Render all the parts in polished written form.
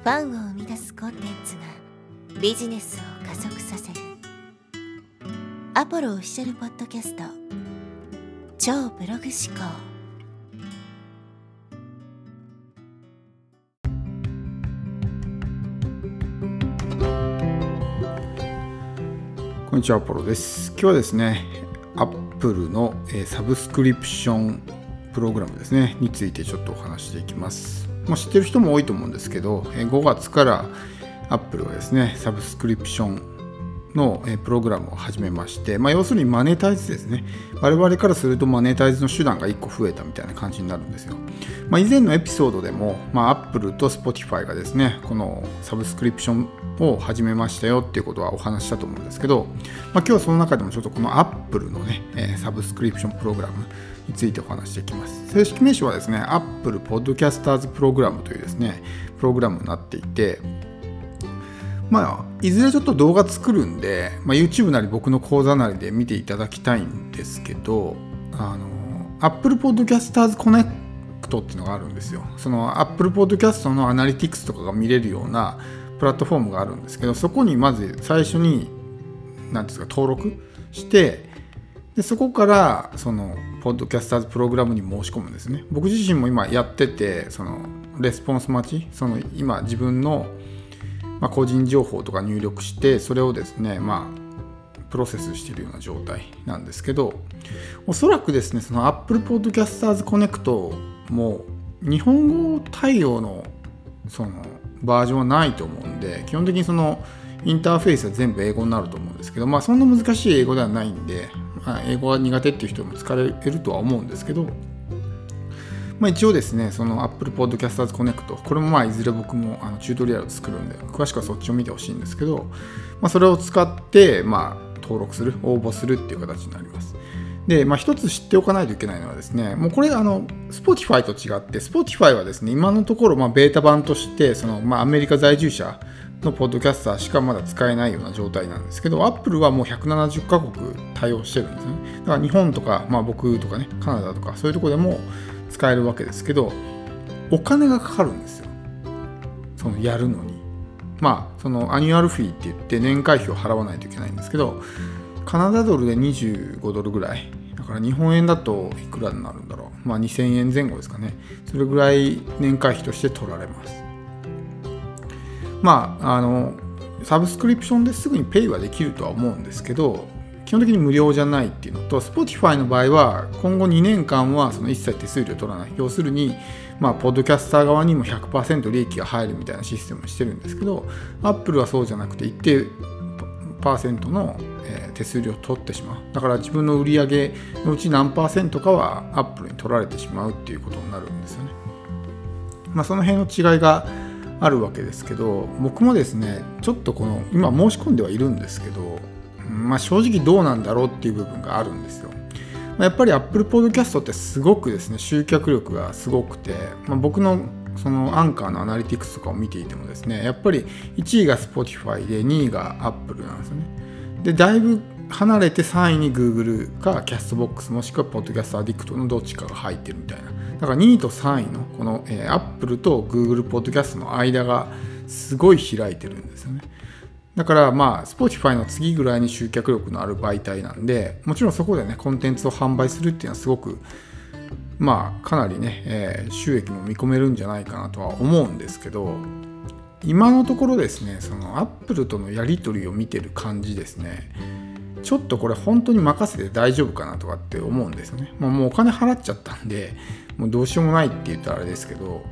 ファンを生み出すコンテンツがビジネスを加速させるアポロオフィシャルポッドキャスト超ブログ思考。 こんにちは、アポロです。今日はですね、Apple のサブスクリプションプログラムですねについてちょっとお話していきます。知ってる人も多いと思うんですけど、5月から Apple はですね、サブスクリプションのプログラムを始めまして、要するにマネタイズですね。我々からするとマネタイズの手段が1個増えたみたいな感じになるんですよ。以前のエピソードでも、Apple と Spotify がですね、このサブスクリプションを始めましたよっていうことはお話したと思うんですけど、今日はその中でもちょっとこの Apple のね、サブスクリプションプログラムについてお話していきます。正式名称はですね、Apple Podcasters プログラムというですね、プログラムになっていて、いずれちょっと動画作るんで、YouTube なり僕の講座なりで見ていただきたいんですけど、Apple Podcasters Connect っていうのがあるんですよ。その Apple Podcast のアナリティクスとかが見れるようなプラットフォームがあるんですけど、そこにまず最初に何ですか登録して、でそこからそのポッドキャスターズプログラムに申し込むんですね。僕自身も今やってて、そのレスポンス待ち、その今自分の個人情報とか入力して、それをですねプロセスしているような状態なんですけど、おそらくですね、その Apple Podcasters Connect も日本語対応のそのバージョンはないと思うんで、基本的にそのインターフェースは全部英語になると思うんですけど、そんな難しい英語ではないんで、英語が苦手っていう人も使えるとは思うんですけど、一応ですね、その Apple Podcasters Connect、これもいずれ僕もチュートリアルを作るんで、詳しくはそっちを見てほしいんですけど、それを使って登録する、応募するっていう形になります。で、一つ知っておかないといけないのはですね、もうこれSpotify と違って、Spotify はですね、今のところベータ版としてそのアメリカ在住者のポッドキャスターしかまだ使えないような状態なんですけど、Apple はもう170カ国対応してるんですね。だから日本とか、僕とかね、カナダとかそういうところでも使えるわけですけど、お金がかかるんですよ。そのやるのに。そのアニュアルフィーって言って年会費を払わないといけないんですけど、カナダドルで25ドルぐらい。だから日本円だといくらになるんだろう。2000円前後ですかね。それぐらい年会費として取られます。サブスクリプションですぐにペイはできるとは思うんですけど、基本的に無料じゃないっていうのと、Spotify の場合は今後2年間はその一切手数料取らない。要するに、ポッドキャスター側にも 100% 利益が入るみたいなシステムをしてるんですけど、Apple はそうじゃなくて一定%の手数料を取ってしまう。だから自分の売り上げのうち何%かは Apple に取られてしまうっていうことになるんですよね。その辺の違いがあるわけですけど、僕もですね、ちょっとこの今申し込んではいるんですけど、正直どうなんだろうっていう部分があるんですよ。やっぱり Apple Podcast ってすごくですね、集客力がすごくて、僕のそのアンカーのアナリティクスとかを見ていてもですね、やっぱり1位が Spotify で2位が Apple なんですよね。で、だいぶ離れて3位に Google か Castbox もしくは Podcast Addict のどっちかが入ってるみたいな。だから2位と3位のこの、Apple と Google Podcast の間がすごい開いてるんですよね。だからSpotify の次ぐらいに集客力のある媒体なんで、もちろんそこでねコンテンツを販売するっていうのはすごくかなりね、収益も見込めるんじゃないかなとは思うんですけど、今のところですね、その Apple とのやり取りを見てる感じですね、ちょっとこれ本当に任せて大丈夫かなとかって思うんですよね。もうお金払っちゃったんで、もうどうしようもないって言ったらあれですけど、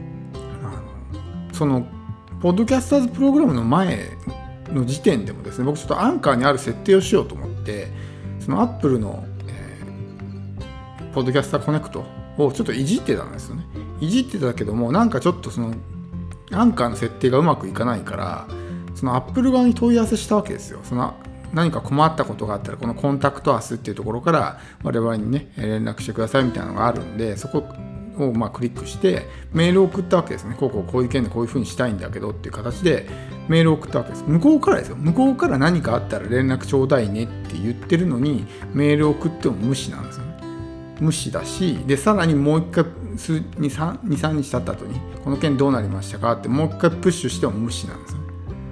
そのポッドキャスターズプログラムの前の時点でもですね、僕ちょっとアンカーにある設定をしようと思って、その Apple の、ポッドキャスターコネクトをちょっといじってたんですよね。いじってたけども、ちょっとそのアンカーの設定がうまくいかないから、その Apple 側に問い合わせしたわけですよ。その何か困ったことがあったら、このコンタクトアスっていうところから我々にね連絡してくださいみたいなのがあるんで、そこをクリックしてメールを送ったわけですね。こういう件でこういう風にしたいんだけどっていう形でメールを送ったわけです。向こうからですよ。向こうから何かあったら連絡ちょうだいねって言ってるのに、メールを送っても無視なんですよね。無視だし、でさらにもう一回 2、3日経った後にこの件どうなりましたかってもう一回プッシュしても無視なんですよ。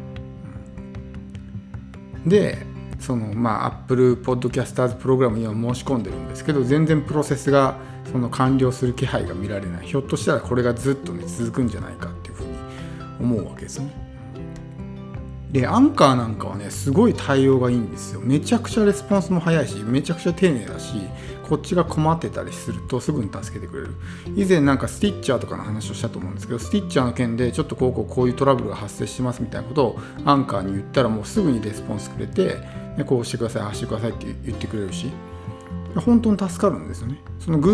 でApple Podcasters プログラムには申し込んでるんですけど、全然プロセスが完了する気配が見られない。ひょっとしたらこれがずっとね続くんじゃないかっていうふうに思うわけですね。でアンカーなんかはねすごい対応がいいんですよ。めちゃくちゃレスポンスも早いし、めちゃくちゃ丁寧だし、こっちが困ってたりするとすぐに助けてくれる。以前スティッチャーとかの話をしたと思うんですけど、スティッチャーの件でちょっとこういうトラブルが発生してますみたいなことをアンカーに言ったらもうすぐにレスポンスくれて、こうしてください、ああしてくださいって言ってくれるし、本当に助かるんですよね。その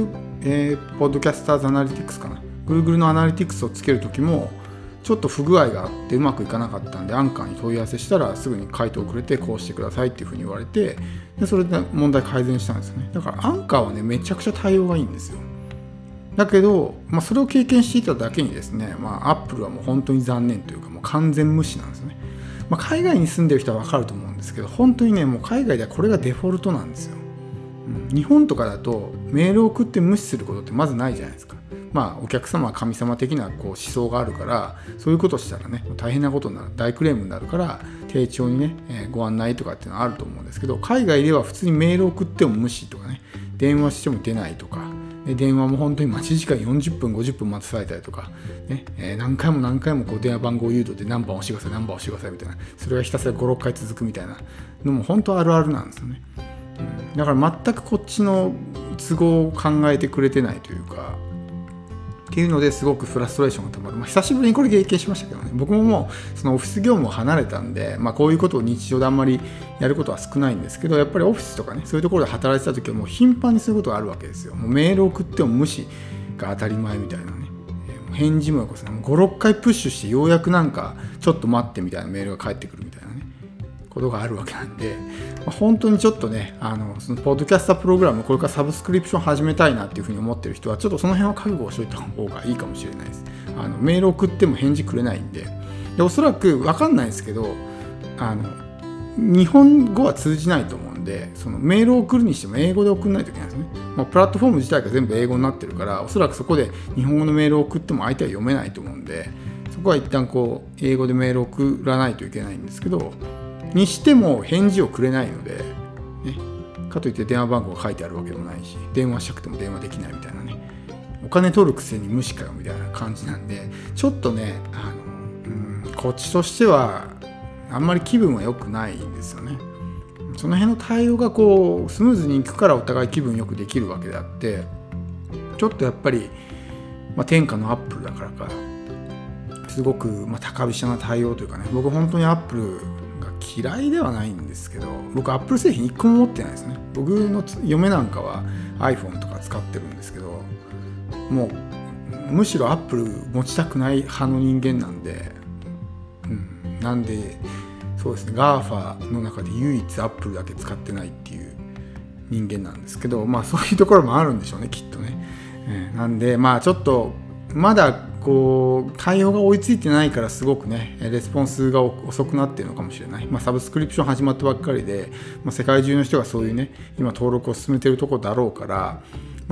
Google、Podcasters Analytics かな、 Google のアナリティクスをつけるときもちょっと不具合があってうまくいかなかったんで、アンカーに問い合わせしたらすぐに回答をくれて、こうしてくださいっていうふうに言われて、でそれで問題改善したんですよね。だからアンカーはねめちゃくちゃ対応がいいんですよ。だけど、それを経験していただけにですね、Apple はもう本当に残念というか、もう完全無視なんですよね。海外に住んでる人は分かると思うんですけど、本当にねもう海外ではこれがデフォルトなんですよ。日本とかだとメールを送って無視することってまずないじゃないですか。お客様は神様的な思想があるから、そういうことしたらね大変なことになる、大クレームになるから、丁重にね、ご案内とかっていうのはあると思うんですけど、海外では普通にメールを送っても無視とかね、電話しても出ないとか、で電話も本当に待ち時間40分50分待たされたりとか、ね何回も電話番号誘導で何番押してください何番押してくださいみたいな、それがひたすら 5,6 回続くみたいなのも本当あるあるなんですよね。だから全くこっちの都合を考えてくれてないというかっていうので、すごくフラストレーションがたまる。久しぶりにこれ経験しましたけどね。僕ももうそのオフィス業務を離れたんで、こういうことを日常であんまりやることは少ないんですけど、やっぱりオフィスとかね、そういうところで働いてた時はもう頻繁にそういうことがあるわけですよ。もうメールを送っても無視が当たり前みたいなね、返事もよこそ 5,6 回プッシュしてようやくちょっと待ってみたいなメールが返ってくるみたいなねことがあるわけなんで、本当にちょっとねそのポッドキャスタープログラムこれからサブスクリプション始めたいなっていうふうに思ってる人はちょっとその辺は覚悟をしといた方がいいかもしれないです。メール送っても返事くれないんで、おそらく分かんないですけど日本語は通じないと思うんで、そのメールを送るにしても英語で送らないといけないですね。プラットフォーム自体が全部英語になってるから、おそらくそこで日本語のメールを送っても相手は読めないと思うんで、そこは一旦英語でメールを送らないといけないんですけど、にしても返事をくれないので、かといって電話番号が書いてあるわけでもないし、電話したくても電話できないみたいなね、お金取るくせに無視かよみたいな感じなんで、ちょっとねこっちとしてはあんまり気分は良くないんですよね。その辺の対応がスムーズにいくからお互い気分よくできるわけであって、ちょっとやっぱり、天下のアップルだからかすごく、高飛車な対応というかね、僕本当にアップルが嫌いではないんですけど、僕アップル製品1個も持ってないですね。僕の嫁なんかは iPhone とか使ってるんですけど、もうむしろアップル持ちたくない派の人間なんで、なんでそうですね、GAFA の中で唯一アップルだけ使ってないっていう人間なんですけど、そういうところもあるんでしょうね、きっとね。なんでちょっとまだ対応が追いついてないからすごくねレスポンスが遅くなっているのかもしれない。サブスクリプション始まったばっかりで、世界中の人がそういうね今登録を進めているところだろうから、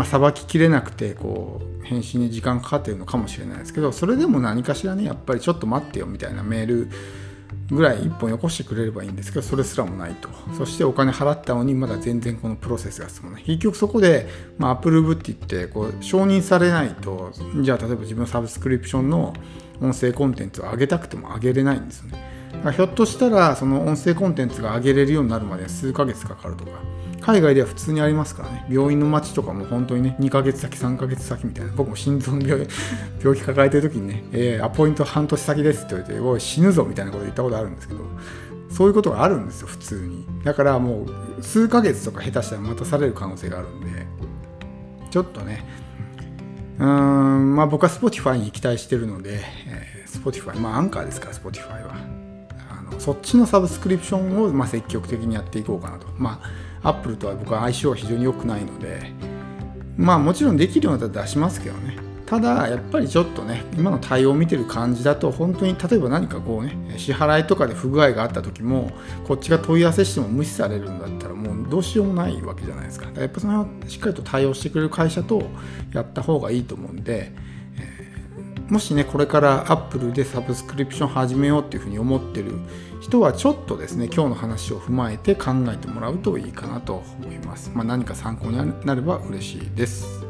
さばききれなくて返信に時間かかっているのかもしれないですけど、それでも何かしらねやっぱりちょっと待ってよみたいなメールぐらい一本よこしてくれればいいんですけど、それすらもないと。そしてお金払ったのにまだ全然このプロセスが進まない。結局そこで、アプローブって言って承認されないと、じゃあ例えば自分のサブスクリプションの音声コンテンツを上げたくても上げれないんですよね。だからひょっとしたらその音声コンテンツが上げれるようになるまで数ヶ月かかるとか、海外では普通にありますからね。病院の待ちとかも本当にね2ヶ月先3ヶ月先みたいな。僕も心臓の病気抱えてる時にね、アポイント半年先ですって言われて、おい死ぬぞみたいなこと言ったことあるんですけど、そういうことがあるんですよ普通に。だからもう数ヶ月とか下手したら待たされる可能性があるんで、ちょっとね僕は Spotify に期待してるので、Spotify アンカーですから Spotify はそっちのサブスクリプションを積極的にやっていこうかなと。Apple とは僕は相性は非常に良くないので、もちろんできるようになったら出しますけどね。 ただやっぱりちょっとね、今の対応を見てる感じだと、本当に例えば何かこうね、支払いとかで不具合があった時も、こっちが問い合わせしても無視されるんだったらもうどうしようもないわけじゃないですか。だからやっぱそのしっかりと対応してくれる会社とやった方がいいと思うんで、もしねこれからAppleでサブスクリプション始めようっていうふうに思ってる人はちょっとですね、今日の話を踏まえて考えてもらうといいかなと思います。何か参考になれば嬉しいです。